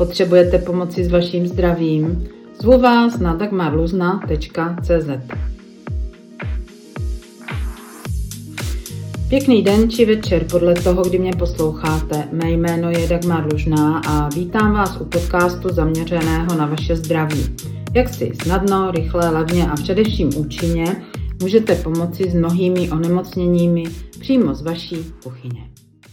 Potřebujete pomoci s vaším zdravím? Zvu vás na dagmarluzna.cz. Pěkný den či večer podle toho, kdy mě posloucháte. Mé jméno je Dagmar Lužná a vítám vás u podcastu zaměřeného na vaše zdraví. Jak si snadno, rychle, levně a především účinně můžete pomoci s mnohými onemocněními přímo z vaší kuchyně.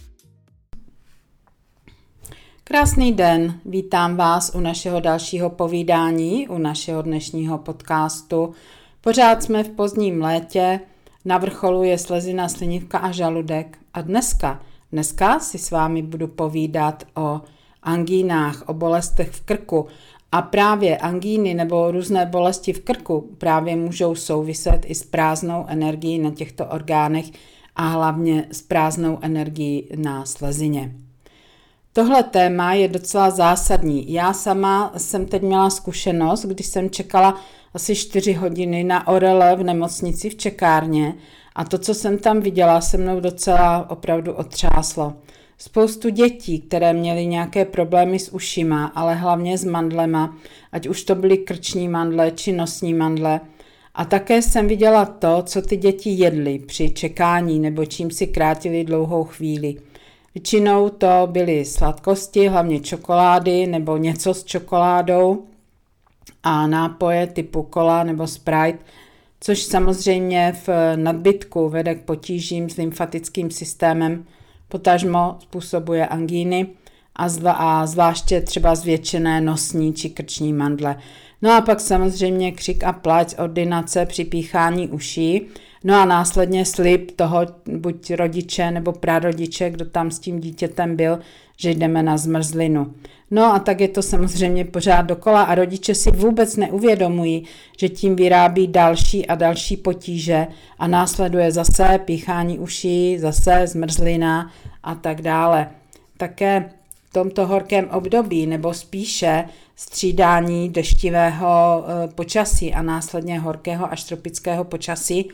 Krásný den, vítám vás u našeho dalšího povídání, u našeho dnešního podcastu. Pořád jsme v pozdním létě, na vrcholu je slezina, slinivka a žaludek. A dneska si s vámi budu povídat o angínách, o bolestech v krku. A právě angíny nebo různé bolesti v krku právě můžou souviset i s prázdnou energií na těchto orgánech a hlavně s prázdnou energií na slezině. Tohle téma je docela zásadní. Já sama jsem teď měla zkušenost, když jsem čekala asi 4 hodiny na orele v nemocnici v čekárně a to, co jsem tam viděla, se mnou docela opravdu otřáslo. Spoustu dětí, které měly nějaké problémy s ušima, ale hlavně s mandlema, ať už to byly krční mandle či nosní mandle. A také jsem viděla to, co ty děti jedly při čekání nebo čím si krátili dlouhou chvíli. Většinou to byly sladkosti, hlavně čokolády nebo něco s čokoládou a nápoje typu cola nebo Sprite, což samozřejmě v nadbytku vede k potížím s lymfatickým systémem, potažmo způsobuje angíny a zvláště třeba zvětšené nosní či krční mandle. No a pak samozřejmě křik a plať, ordinace, připíchání uší, no a následně slib toho buď rodiče nebo prarodiče, kdo tam s tím dítětem byl, že jdeme na zmrzlinu. No a tak je to samozřejmě pořád dokola a rodiče si vůbec neuvědomují, že tím vyrábí další a další potíže a následuje zase píchání uší, zase zmrzlina a tak dále. Také v tomto horkém období nebo spíše střídání deštivého počasí a následně horkého až tropického počasí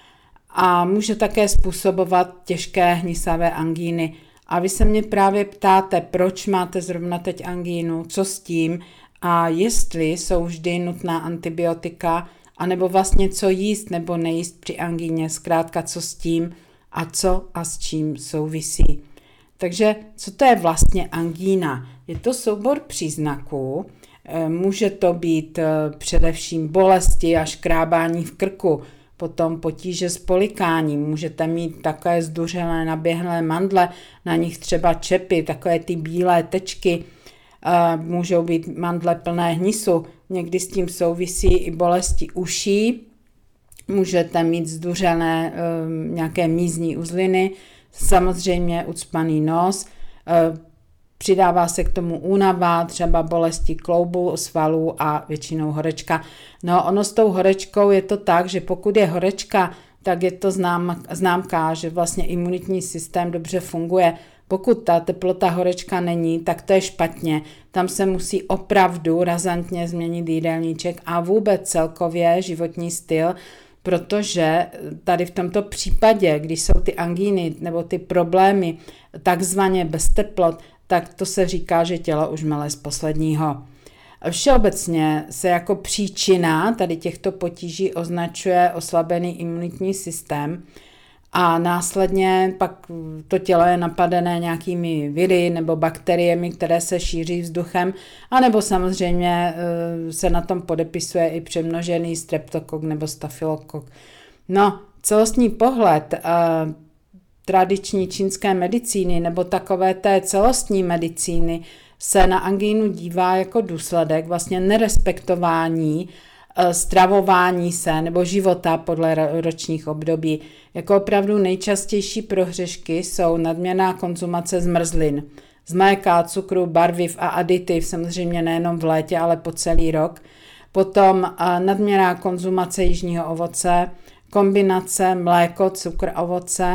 a může také způsobovat těžké hnisavé angíny. A vy se mě právě ptáte, proč máte zrovna teď angínu, co s tím a jestli jsou vždy nutná antibiotika, anebo vlastně co jíst nebo nejíst při angíně, zkrátka co s tím a co a s čím souvisí. Takže co to je vlastně angína? Je to soubor příznaků, může to být především bolesti a škrábání v krku, potom potíže s polikáním, můžete mít takové zduřelé naběhlé mandle, na nich třeba čepy, takové ty bílé tečky, můžou být mandle plné hnisu, někdy s tím souvisí i bolesti uší, můžete mít zduřené nějaké mízní uzliny, samozřejmě ucpaný nos, přidává se k tomu únava, třeba bolesti kloubu, svalů a většinou horečka. No ono s tou horečkou je to tak, že pokud je horečka, tak je to známka, že vlastně imunitní systém dobře funguje. Pokud ta teplota horečka není, tak to je špatně. Tam se musí opravdu razantně změnit jídelníček a vůbec celkově životní styl, protože tady v tomto případě, když jsou ty angíny nebo ty problémy takzvaně bez teplot, tak to se říká, že tělo už mele z posledního. Všeobecně se jako příčina tady těchto potíží označuje oslabený imunitní systém a následně pak to tělo je napadené nějakými viry nebo bakteriemi, které se šíří vzduchem, anebo samozřejmě se na tom podepisuje i přemnožený streptokok nebo stafylokok. No, celostní pohled tradiční čínské medicíny nebo takové té celostní medicíny se na angínu dívá jako důsledek vlastně nerespektování stravování se nebo života podle ročních období. Jako opravdu nejčastější prohřešky jsou nadměrná konzumace zmrzlin, z mléka, cukru, barviv a aditiv, samozřejmě nejenom v létě, ale po celý rok. Potom nadměrná konzumace jižního ovoce, kombinace mléko, cukr, ovoce,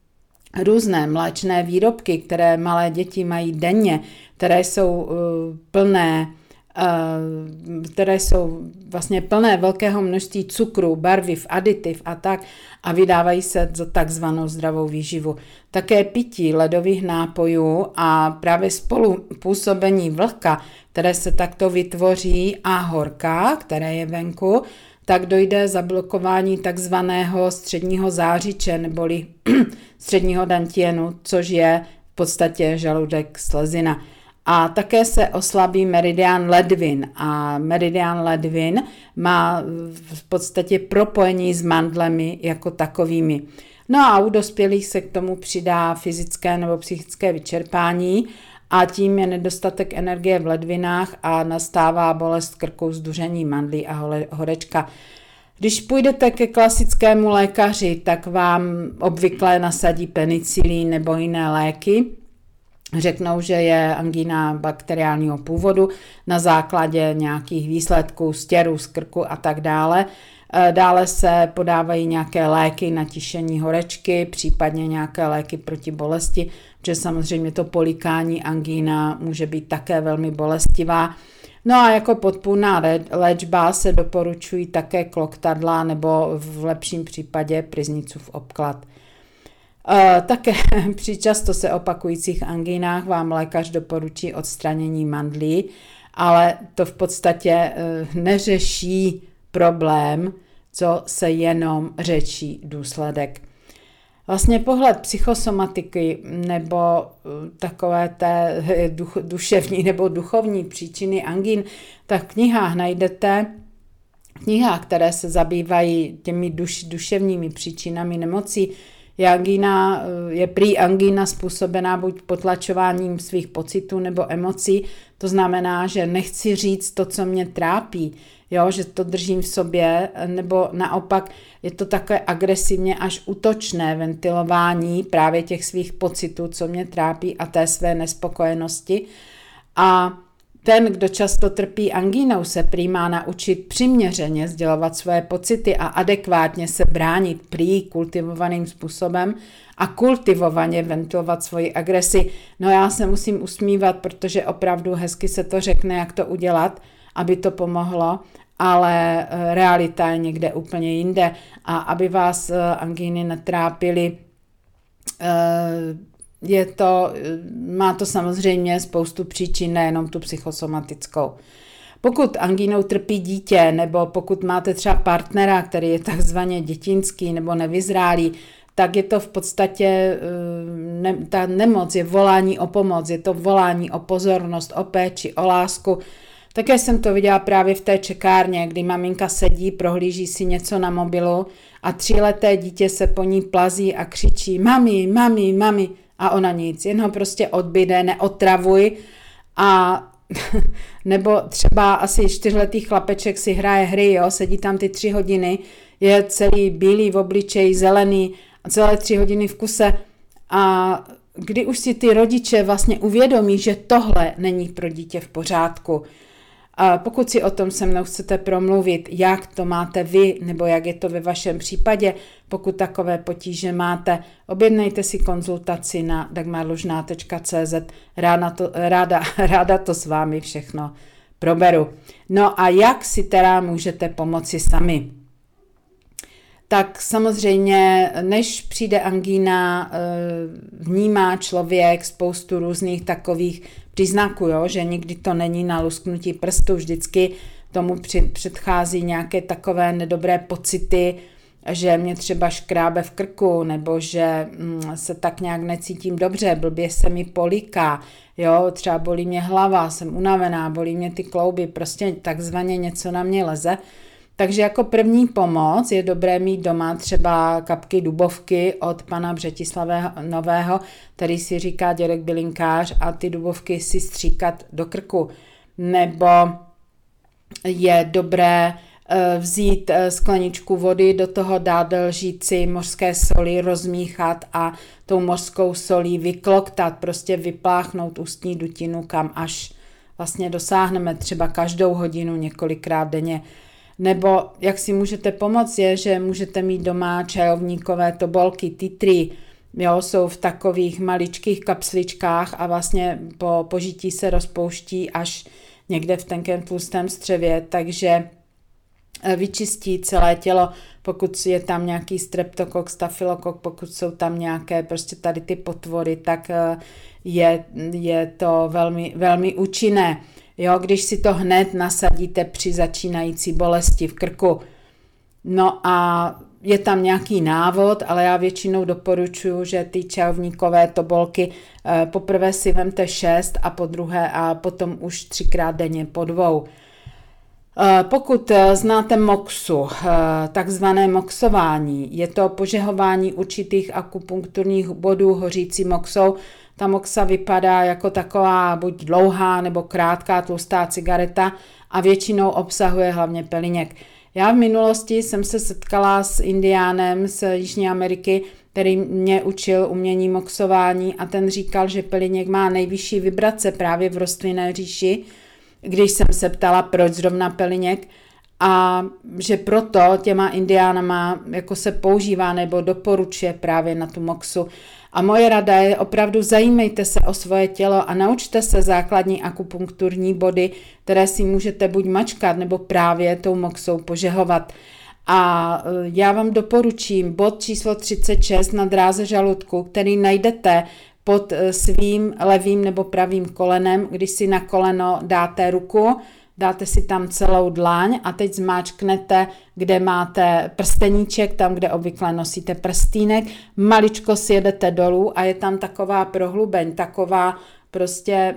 různé mléčné výrobky, které malé děti mají denně, které jsou plné které jsou vlastně plné velkého množství cukru, barviv, aditiv a tak a vydávají se za takzvanou zdravou výživu. Také pití ledových nápojů a právě spolupůsobení vlhka, které se takto vytvoří a horka, které je venku, tak dojde zablokování takzvaného středního zářiče neboli středního dantienu, což je v podstatě žaludek slezina. A také se oslabí meridián ledvin a meridián ledvin má v podstatě propojení s mandlemi jako takovými. No a u dospělých se k tomu přidá fyzické nebo psychické vyčerpání a tím je nedostatek energie v ledvinách a nastává bolest krku, zduření mandlí a horečka. Když půjdete ke klasickému lékaři, tak vám obvykle nasadí penicilín nebo jiné léky. Řeknou, že je angína bakteriálního původu na základě nějakých výsledků stěru z krku a tak dále. Dále se podávají nějaké léky na tišení horečky, případně nějaké léky proti bolesti, protože samozřejmě to polikání angína může být také velmi bolestivá. No a jako podpůrná léčba se doporučují také kloktadla nebo v lepším případě Pryznicův obklad. Také při často se opakujících angínách vám lékař doporučí odstranění mandlí, ale to v podstatě neřeší problém, co se jenom řečí důsledek. Vlastně pohled psychosomatiky nebo takové té duševní nebo duchovní příčiny angín, tak v knihách najdete které se zabývají těmi duševními příčinami nemocí. Je prý angína způsobená buď potlačováním svých pocitů nebo emocí, to znamená, že nechci říct to, co mě trápí, jo, že to držím v sobě, nebo naopak je to také agresivně až útočné ventilování právě těch svých pocitů, co mě trápí a té své nespokojenosti. A ten, kdo často trpí angínou, se prý má naučit přiměřeně sdělovat své pocity a adekvátně se bránit prý kultivovaným způsobem a kultivovaně ventilovat svoji agresi. No já se musím usmívat, protože opravdu hezky se to řekne, jak to udělat, aby to pomohlo, ale realita je někde úplně jinde a aby vás angíny netrápily, má to samozřejmě spoustu příčin, nejenom tu psychosomatickou. Pokud angínou trpí dítě, nebo pokud máte třeba partnera, který je takzvaně dětinský nebo nevyzrálý, tak je to v podstatě, ta nemoc je volání o pomoc, je to volání o pozornost, o péči, o lásku. Také jsem to viděla právě v té čekárně, kdy maminka sedí, prohlíží si něco na mobilu a 3leté dítě se po ní plazí a křičí mami, mami, mami a ona nic, jen ho prostě odbyde, neotravuj a nebo třeba asi 4letý chlapeček si hraje hry, jo, sedí tam ty 3 hodiny, je celý bílý v obličeji, zelený a celé 3 hodiny v kuse a kdy už si ty rodiče vlastně uvědomí, že tohle není pro dítě v pořádku. A pokud si o tom se mnou chcete promluvit, jak to máte vy, nebo jak je to ve vašem případě, pokud takové potíže máte, objednejte si konzultaci na dagmarlužná.cz, ráda to s vámi všechno proberu. No a jak si teda můžete pomoci sami? Tak samozřejmě, než přijde angína, vnímá člověk spoustu různých takových příznaků, jo? Že nikdy to není na lusknutí prstu, vždycky tomu předchází nějaké takové nedobré pocity, že mě třeba škrábe v krku, nebo že se tak nějak necítím dobře, blbě se mi políká, jo? Třeba bolí mě hlava, jsem unavená, bolí mě ty klouby, prostě takzvaně něco na mě leze. Takže jako první pomoc je dobré mít doma třeba kapky dubovky od pana Břetislava Nového, který si říká dědek bylinkář, a ty dubovky si stříkat do krku. Nebo je dobré vzít skleničku vody, do toho dát lžíci mořské soli, rozmíchat a tou mořskou solí vykloktat, prostě vypláchnout ústní dutinu, kam až vlastně dosáhneme třeba každou hodinu několikrát denně. Nebo jak si můžete pomoct je, že můžete mít doma čajovníkové tobolky, titry, jo, jsou v takových maličkých kapsličkách a vlastně po požití se rozpouští až někde v tenkém tlustém střevě, takže vyčistí celé tělo, pokud je tam nějaký streptokok, stafylokok, pokud jsou tam nějaké prostě tady ty potvory, tak je to velmi, velmi účinné. Jo, když si to hned nasadíte při začínající bolesti v krku. No a je tam nějaký návod, ale já většinou doporučuji, že ty čajovníkové tobolky poprvé si vemte 6 a podruhé a potom už 3krát denně po 2. Pokud znáte moxu, takzvané moxování, je to požehování určitých akupunkturních bodů hořící moxou. Ta moxa vypadá jako taková buď dlouhá nebo krátká tlustá cigareta a většinou obsahuje hlavně peliněk. Já v minulosti jsem se setkala s indiánem z Jižní Ameriky, který mě učil umění moxování a ten říkal, že peliněk má nejvyšší vibrace právě v rostlinné říši, když jsem se ptala, proč zrovna peliněk, a že proto těma indiánama jako se používá nebo doporučuje právě na tu moxu. A moje rada je opravdu zajímejte se o svoje tělo a naučte se základní akupunkturní body, které si můžete buď mačkat nebo právě tou moxou požehovat. A já vám doporučím bod číslo 36 na dráze žaludku, který najdete pod svým levým nebo pravým kolenem, když si na koleno dáte ruku, dáte si tam celou dlaň a teď zmáčknete, kde máte prsteníček, tam, kde obvykle nosíte prstýnek, maličko sjedete dolů a je tam taková prohlubeň, taková prostě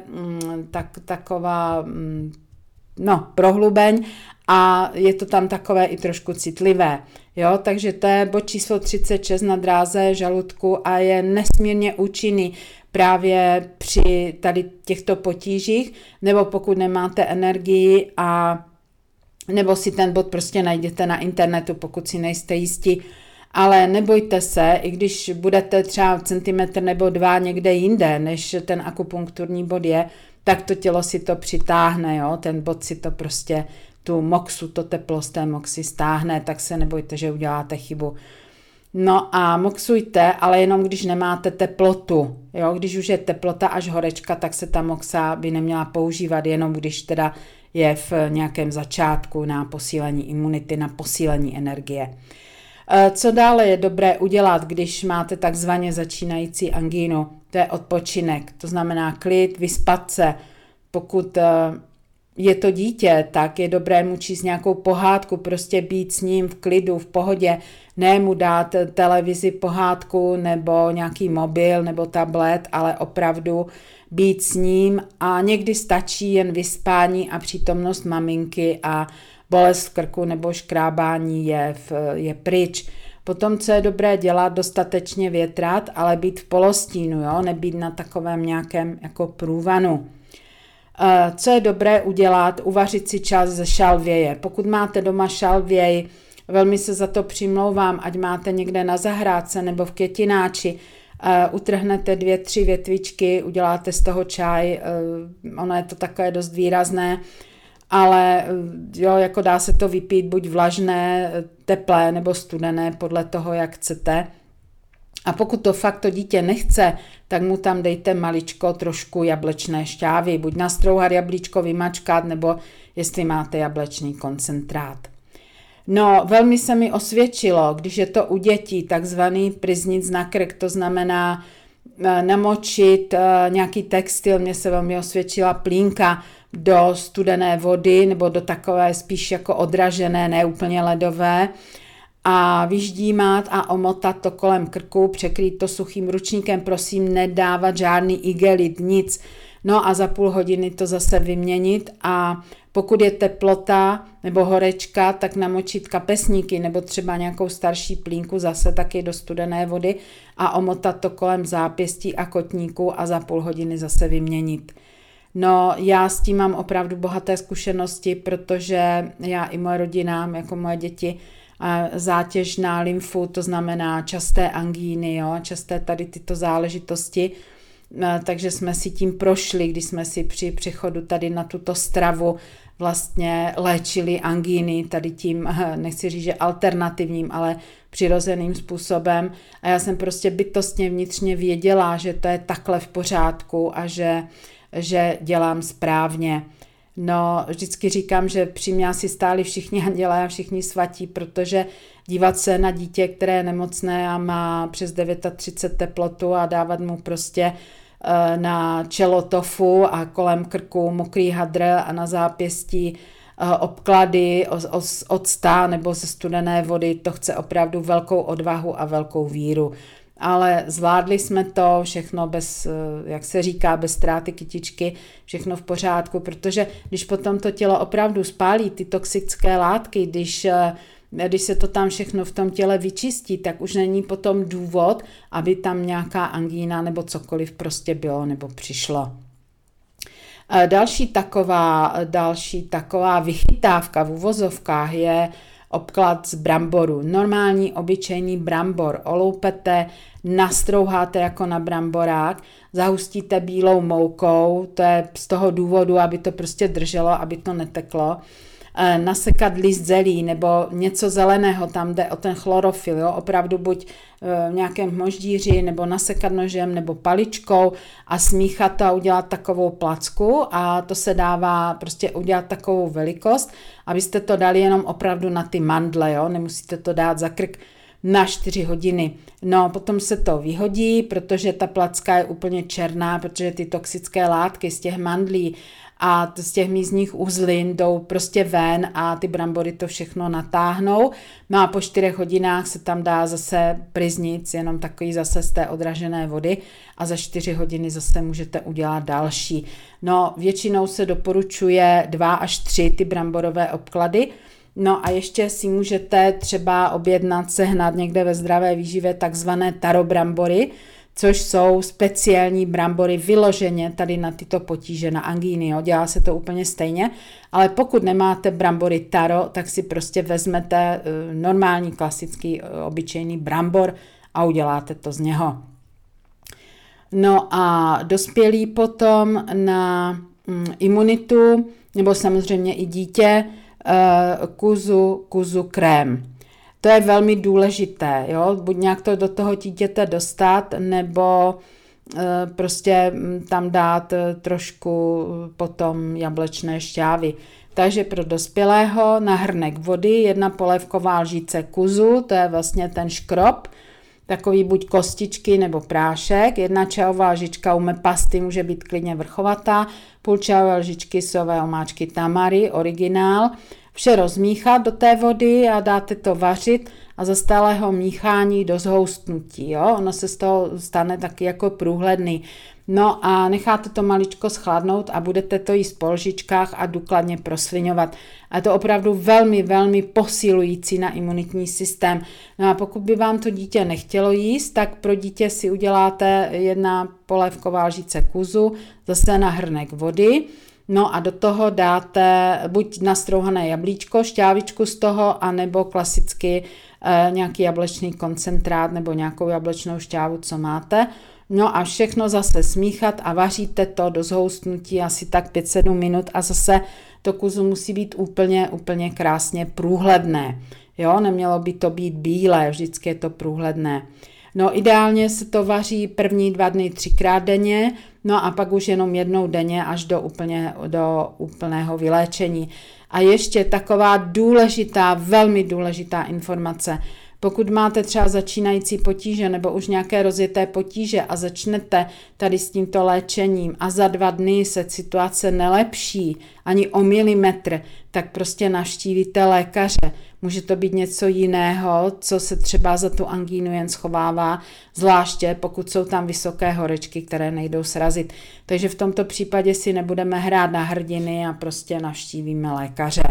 prohlubeň a je to tam takové i trošku citlivé. Jo, takže to je bod číslo 36 na dráze žaludku a je nesmírně účinný právě při tady těchto potížích, nebo pokud nemáte energii a nebo si ten bod prostě najděte na internetu, pokud si nejste jistí. Ale nebojte se, i když budete třeba centimetr nebo 2 někde jinde, než ten akupunkturní bod je, tak to tělo si to přitáhne, jo? Ten bod si to prostě, tu moxu, to teplo z té moxy stáhne, tak se nebojte, že uděláte chybu. No a moxujte, ale jenom když nemáte teplotu. Jo? Když už je teplota až horečka, tak se ta moxa by neměla používat, jenom když teda je v nějakém začátku na posílení imunity, na posílení energie. Co dále je dobré udělat, když máte takzvaně začínající angínu? To je odpočinek, to znamená klid, vyspat se. Pokud je to dítě, tak je dobré mu číst nějakou pohádku, prostě být s ním v klidu, v pohodě, ne mu dát televizi, pohádku nebo nějaký mobil nebo tablet, ale opravdu být s ním a někdy stačí jen vyspání a přítomnost maminky a bolest v krku nebo škrábání je pryč. Potom, co je dobré dělat, dostatečně větrat, ale být v polostínu, jo? Nebýt na takovém nějakém jako průvanu. Co je dobré udělat, uvařit si čas ze šalvěje. Pokud máte doma šalvěj, velmi se za to přimlouvám, ať máte někde na zahrádce nebo v květináči, utrhnete 2-3 větvičky, uděláte z toho čaj, ono je to takové dost výrazné, ale jo, jako dá se to vypít buď vlažné, teplé nebo studené, podle toho, jak chcete. A pokud to fakt to dítě nechce, tak mu tam dejte maličko trošku jablečné šťávy, buď nastrouhat jablíčko, vymačkat, nebo jestli máte jablečný koncentrát. No, velmi se mi osvědčilo, když je to u dětí takzvaný pryznic na krk, to znamená namočit nějaký textil, mně se velmi osvědčila plínka do studené vody, nebo do takové spíš jako odražené, ne úplně ledové, a vyždímat a omotat to kolem krku, překrýt to suchým ručníkem, prosím, nedávat žádný igelit, nic. No a za půl hodiny to zase vyměnit a pokud je teplota nebo horečka, tak namočit kapesníky nebo třeba nějakou starší plínku zase taky do studené vody a omotat to kolem zápěstí a kotníku a za půl hodiny zase vyměnit. No, já s tím mám opravdu bohaté zkušenosti, protože já i moje rodina, jako moje děti, zátěž na lymfu, to znamená časté angíny, jo, časté tady tyto záležitosti, takže jsme si tím prošli, když jsme si při přechodu tady na tuto stravu vlastně léčili angíny tady tím, nechci říct, že alternativním, ale přirozeným způsobem a já jsem prostě bytostně vnitřně věděla, že to je takhle v pořádku a že dělám správně. No, vždycky říkám, že při mě asi stáli všichni andělé a všichni svatí, protože dívat se na dítě, které je nemocné a má přes 39 teplotu a dávat mu prostě na čelo tofu a kolem krku mokrý hadr a na zápěstí obklady z octa nebo ze studené vody, to chce opravdu velkou odvahu a velkou víru. Ale zvládli jsme to všechno bez, jak se říká, bez ztráty kytičky, všechno v pořádku, protože když potom to tělo opravdu spálí ty toxické látky, když se to tam všechno v tom těle vyčistí, tak už není potom důvod, aby tam nějaká angína nebo cokoliv prostě bylo nebo přišlo. Další taková vychytávka v uvozovkách je obklad z bramboru. Normální, obyčejný brambor oloupete, nastrouháte jako na bramborák, zahustíte bílou moukou, to je z toho důvodu, aby to prostě drželo, aby to neteklo. Nasekat list zelí nebo něco zeleného, tam jde o ten chlorofyl, jo? Opravdu buď v nějakém hmoždíři nebo nasekat nožem nebo paličkou a smíchat to a udělat takovou placku a to se dává prostě udělat takovou velikost, abyste to dali jenom opravdu na ty mandle, jo? Nemusíte to dát za krk na 4 hodiny. No, potom se to vyhodí, protože ta placka je úplně černá, protože ty toxické látky z těch mandlí a z těch mízních uzlin jdou prostě ven a ty brambory to všechno natáhnou. No a po 4 hodinách se tam dá zase pryznic, jenom takový zase z té odražené vody a za 4 hodiny zase můžete udělat další. No, většinou se doporučuje 2 až 3 ty bramborové obklady. No a ještě si můžete třeba objednat, sehnat někde ve Zdravé výživě takzvané tarobrambory, což jsou speciální brambory vyloženě tady na tyto potíže, na angíny. Jo. Dělá se to úplně stejně, ale pokud nemáte brambory taro, tak si prostě vezmete normální, klasický, obyčejný brambor a uděláte to z něho. No a dospělí potom na imunitu, nebo samozřejmě i dítě, kuzu krém. To je velmi důležité, jo? Buď nějak to do toho dítěte dostat, nebo prostě tam dát trošku potom jablečné šťávy. Takže pro dospělého na hrnek vody 1 polévková lžíce kuzu, to je vlastně ten škrob, takový buď kostičky nebo prášek, 1 čajová lžička ume pasty, může být klidně vrchovatá, půl čajové lžičky sojové omáčky tamary, originál, vše rozmíchat do té vody a dáte to vařit a za stálého míchání do zhoustnutí. Jo? Ono se z toho stane taky jako průhledný. No a necháte to maličko schladnout a budete to jíst po lžičkách a důkladně prosviňovat. A je to opravdu velmi, velmi posilující na imunitní systém. No a pokud by vám to dítě nechtělo jíst, tak pro dítě si uděláte 1 polévková lžice kuzu, zase na hrnek vody. No a do toho dáte buď nastrouhané jablíčko, šťávičku z toho, anebo klasicky nějaký jablečný koncentrát nebo nějakou jablečnou šťávu, co máte. No a všechno zase smíchat a vaříte to do zhoustnutí asi tak 5-7 minut a zase to kuzu musí být úplně krásně průhledné. Jo, nemělo by to být bílé, vždycky je to průhledné. No ideálně se to vaří první 2 dny 3krát denně, no a pak už jenom 1 denně až do úplného vyléčení. A ještě taková důležitá, velmi důležitá informace. Pokud máte třeba začínající potíže nebo už nějaké rozjeté potíže a začnete tady s tímto léčením a za 2 dny se situace nelepší ani o milimetr, tak prostě navštívíte lékaře. Může to být něco jiného, co se třeba za tu angínu jen schovává, zvláště pokud jsou tam vysoké horečky, které nejdou srazit. Takže v tomto případě si nebudeme hrát na hrdiny a prostě navštívíme lékaře.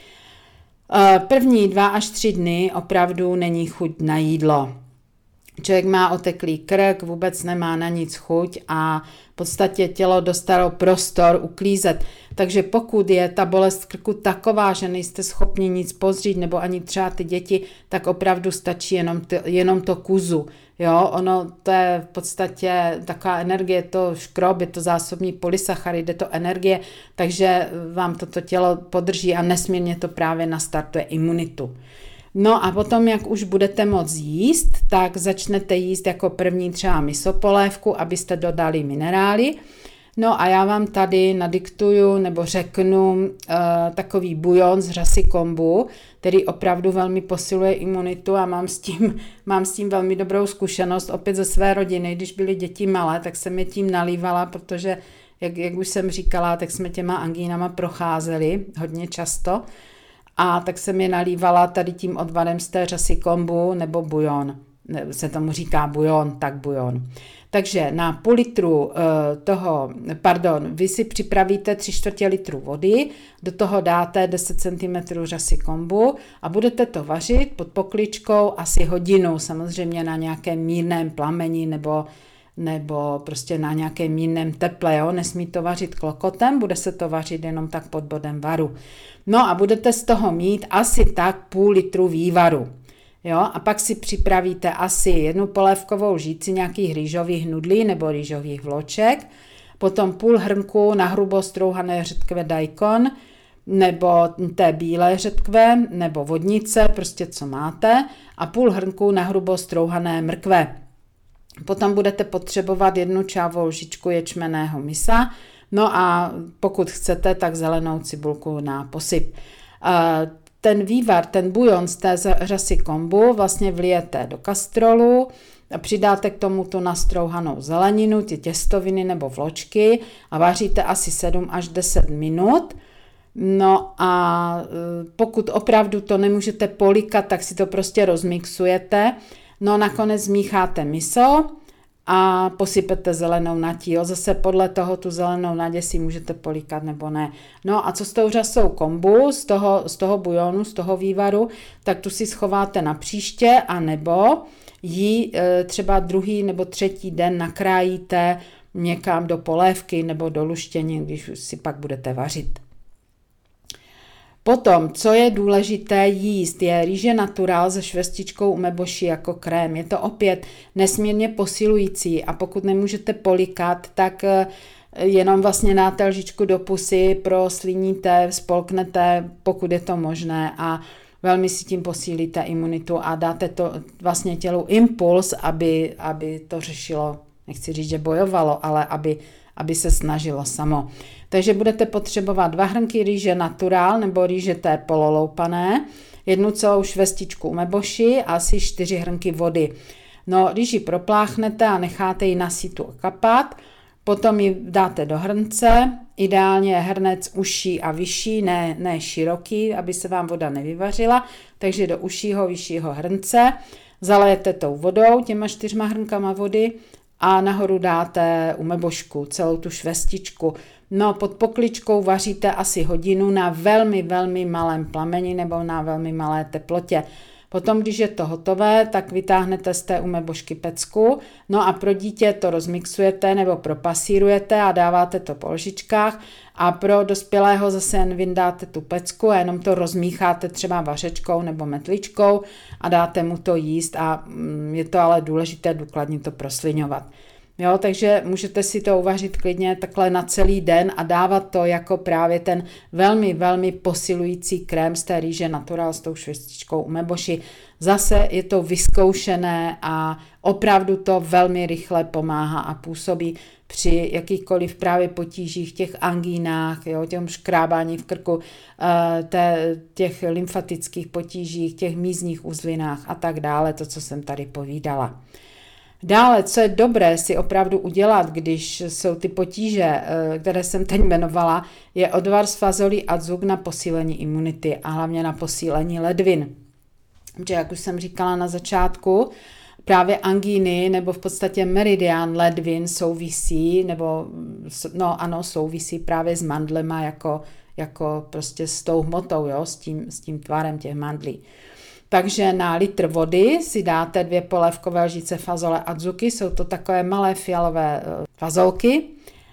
První 2 až 3 dny opravdu není chuť na jídlo. Člověk má oteklý krk, vůbec nemá na nic chuť a v podstatě tělo dostalo prostor uklízet. Takže pokud je ta bolest krku taková, že nejste schopni nic pozřít nebo ani třeba ty děti, tak opravdu stačí jenom to kuzu. Jo, ono to je v podstatě taková energie, to škrob, je to zásobní polysacharid, je to energie, takže vám toto tělo podrží a nesmírně to právě nastartuje imunitu. No a potom, jak už budete moct jíst, tak začnete jíst jako první třeba misopolévku, abyste dodali minerály. No a já vám tady nadiktuju nebo řeknu takový bujon z řasy kombu, který opravdu velmi posiluje imunitu a mám s tím velmi dobrou zkušenost opět ze své rodiny. Když byly děti malé, tak jsem je tím nalívala, protože, jak už jsem říkala, tak jsme těma angínama procházeli hodně často a tak jsem je nalívala tady tím odvarem z té řasy kombu nebo bujon. Se tomu říká bujon, tak bujon. Takže na půl litru vy si připravíte 3/4 litru vody, do toho dáte 10 cm řasy kombu a budete to vařit pod pokličkou asi hodinu, samozřejmě na nějakém mírném plameni nebo prostě na nějakém mírném teple, jo? Nesmí to vařit klokotem, bude se to vařit jenom tak pod bodem varu. No a budete z toho mít asi tak půl litru vývaru. Jo, a pak si připravíte asi 1 polévkovou lžíci nějakých rýžových nudlí nebo rýžových vloček, potom půl hrnku na hrubo strouhané řetkve daikon, nebo té bílé řetkve, nebo vodnice, prostě co máte, a půl hrnku na hrubo strouhané mrkve. Potom budete potřebovat 1 čajovou lžičku ječmenného misa, no a pokud chcete, tak zelenou cibulku na posyp. Ten vývar, ten bujon z té řasy kombu vlastně vlijete do kastrolu a přidáte k tomu tu nastrouhanou zeleninu, ty těstoviny nebo vločky a vaříte asi 7 až 10 minut. No a pokud opravdu to nemůžete polikat, tak si to prostě rozmixujete. No nakonec zmícháte miso a posypete zelenou natí. Jo. Zase podle toho tu zelenou nadě si můžete polikat nebo ne. No a co s tou řasou kombu, z toho bujonu, z toho vývaru, tak tu si schováte na příště a nebo ji třeba druhý nebo třetí den nakrájíte někam do polévky nebo do luštěnin, když si pak budete vařit. Potom, co je důležité jíst, je rýže naturál se švestičkou umeboshi jako krém. Je to opět nesmírně posilující a pokud nemůžete polikat, tak jenom vlastně dáte lžičku do pusy, prosliníte, spolknete, pokud je to možné a velmi si tím posílíte imunitu a dáte to vlastně tělu impuls, aby to řešilo, nechci říct, že bojovalo, ale aby se snažilo samo. Takže budete potřebovat 2 hrnky rýže naturál nebo rýže té pololoupané, 1 celou švestičku umeboshi a asi 4 hrnky vody. No, rýži propláchnete a necháte ji na sítu okapat, potom ji dáte do hrnce, ideálně hrnec užší a vyšší, ne široký, aby se vám voda nevyvařila, takže do užšího, vyššího hrnce, zalejete tou vodou, těma 4 hrnkama vody a nahoru dáte umebošku, celou tu švestičku. No, pod pokličkou vaříte asi hodinu na velmi, velmi malém plameni nebo na velmi malé teplotě. Potom, když je to hotové, tak vytáhnete z té umebošky pecku, no a pro dítě to rozmixujete nebo propasírujete a dáváte to po lžičkách a pro dospělého zase jen vyndáte tu pecku a jenom to rozmícháte třeba vařečkou nebo metličkou a dáte mu to jíst a je to ale důležité důkladně to prosliňovat. Jo, takže můžete si to uvařit klidně takhle na celý den a dávat to jako právě ten velmi, velmi posilující krém z té rýže naturál s tou švestičkou umeboshi. Zase je to vyzkoušené a opravdu to velmi rychle pomáhá a působí při jakýchkoliv právě potížích, těch angínách, jo, těm škrábání v krku, těch lymfatických potížích, těch mízních uzlinách a tak dále, to, co jsem tady povídala. Dále, co je dobré si opravdu udělat, když jsou ty potíže, které jsem teď jmenovala, je odvar z fazolí adzuk na posílení imunity a hlavně na posílení ledvin. Protože, jak už jsem říkala na začátku, právě angíny nebo v podstatě meridián ledvin souvisí, souvisí právě s mandlema jako prostě s tou hmotou, jo, s tím tvarem těch mandlí. Takže na litr vody si dáte 2 polévkové lžice fazole adzuki, jsou to takové malé fialové fazolky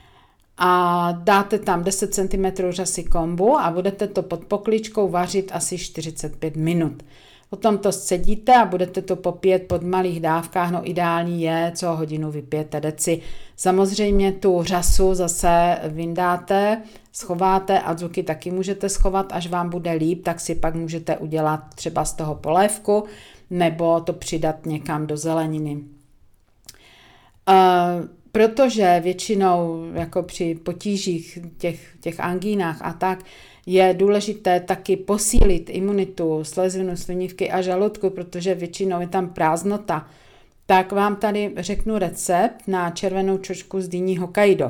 a dáte tam 10 cm řasy kombu a budete to pod pokličkou vařit asi 45 minut. Potom to scedíte a budete to popíjet pod malých dávkách, no ideální je, co hodinu vypijete deci. Samozřejmě tu řasu zase vyndáte, schováte, adzuki taky můžete schovat, až vám bude líp, tak si pak můžete udělat třeba z toho polévku, nebo to přidat někam do zeleniny. protože většinou jako při potížích těch angínách a tak je důležité taky posílit imunitu slezinu, slinivky a žaludku, protože většinou je tam prázdnota, tak vám tady řeknu recept na červenou čočku z dýní Hokkaido.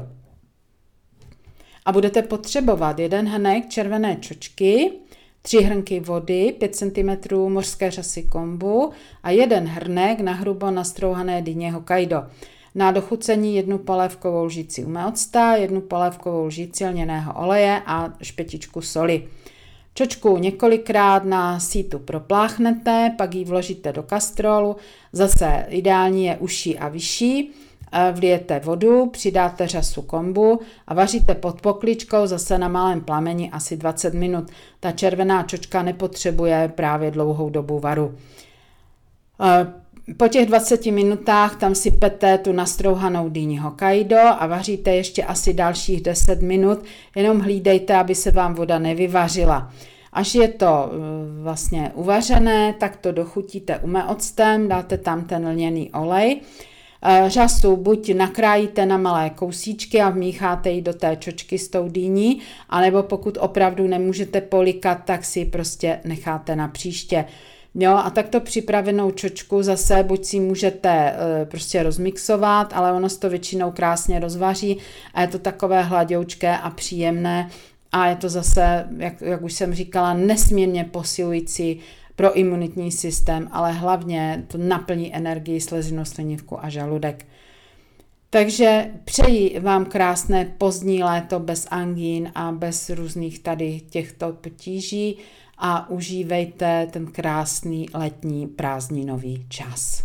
A budete potřebovat 1 hrnek červené čočky, 3 hrnky vody, 5 cm mořské řasy kombu a 1 hrnek nahrubo nastrouhané dýně Hokkaido. Na dochucení 1 polévkovou lžíci umeocta, 1 polévkovou lžíci lněného oleje a špetičku soli. Čočku několikrát na sítu propláchnete, pak ji vložíte do kastrolu, zase ideální je užší a vyšší, vlijete vodu, přidáte řasu kombu a vaříte pod pokličkou zase na malém plameni asi 20 minut. Ta červená čočka nepotřebuje právě dlouhou dobu varu. Po těch 20 minutách tam sypete tu nastrouhanou dýni Hokkaido a vaříte ještě asi dalších 10 minut, jenom hlídejte, aby se vám voda nevyvařila. Až je to vlastně uvařené, tak to dochutíte umeoctem, dáte tam ten lněný olej. Řasu buď nakrájíte na malé kousíčky a vmícháte ji do té čočky s tou dýní, anebo pokud opravdu nemůžete polikat, tak si prostě necháte na příště. Jo, a takto připravenou čočku zase buď si můžete prostě rozmixovat, ale ono se to většinou krásně rozvaří a je to takové hladoučké a příjemné a je to zase, jak už jsem říkala, nesmírně posilující pro imunitní systém, ale hlavně to naplní energii slezinu, slinivku a žaludek. Takže přeji vám krásné pozdní léto bez angín a bez různých tady těchto potíží a užívejte ten krásný letní prázdninový čas.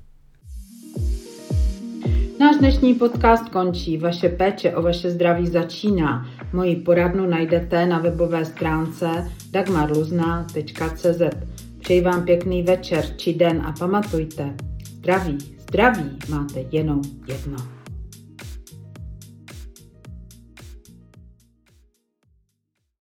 Náš dnešní podcast končí. Vaše péče o vaše zdraví začíná. Moji poradnu najdete na webové stránce dagmarluzna.cz. Přeji vám pěkný večer či den a pamatujte, zdraví máte jenom jedno.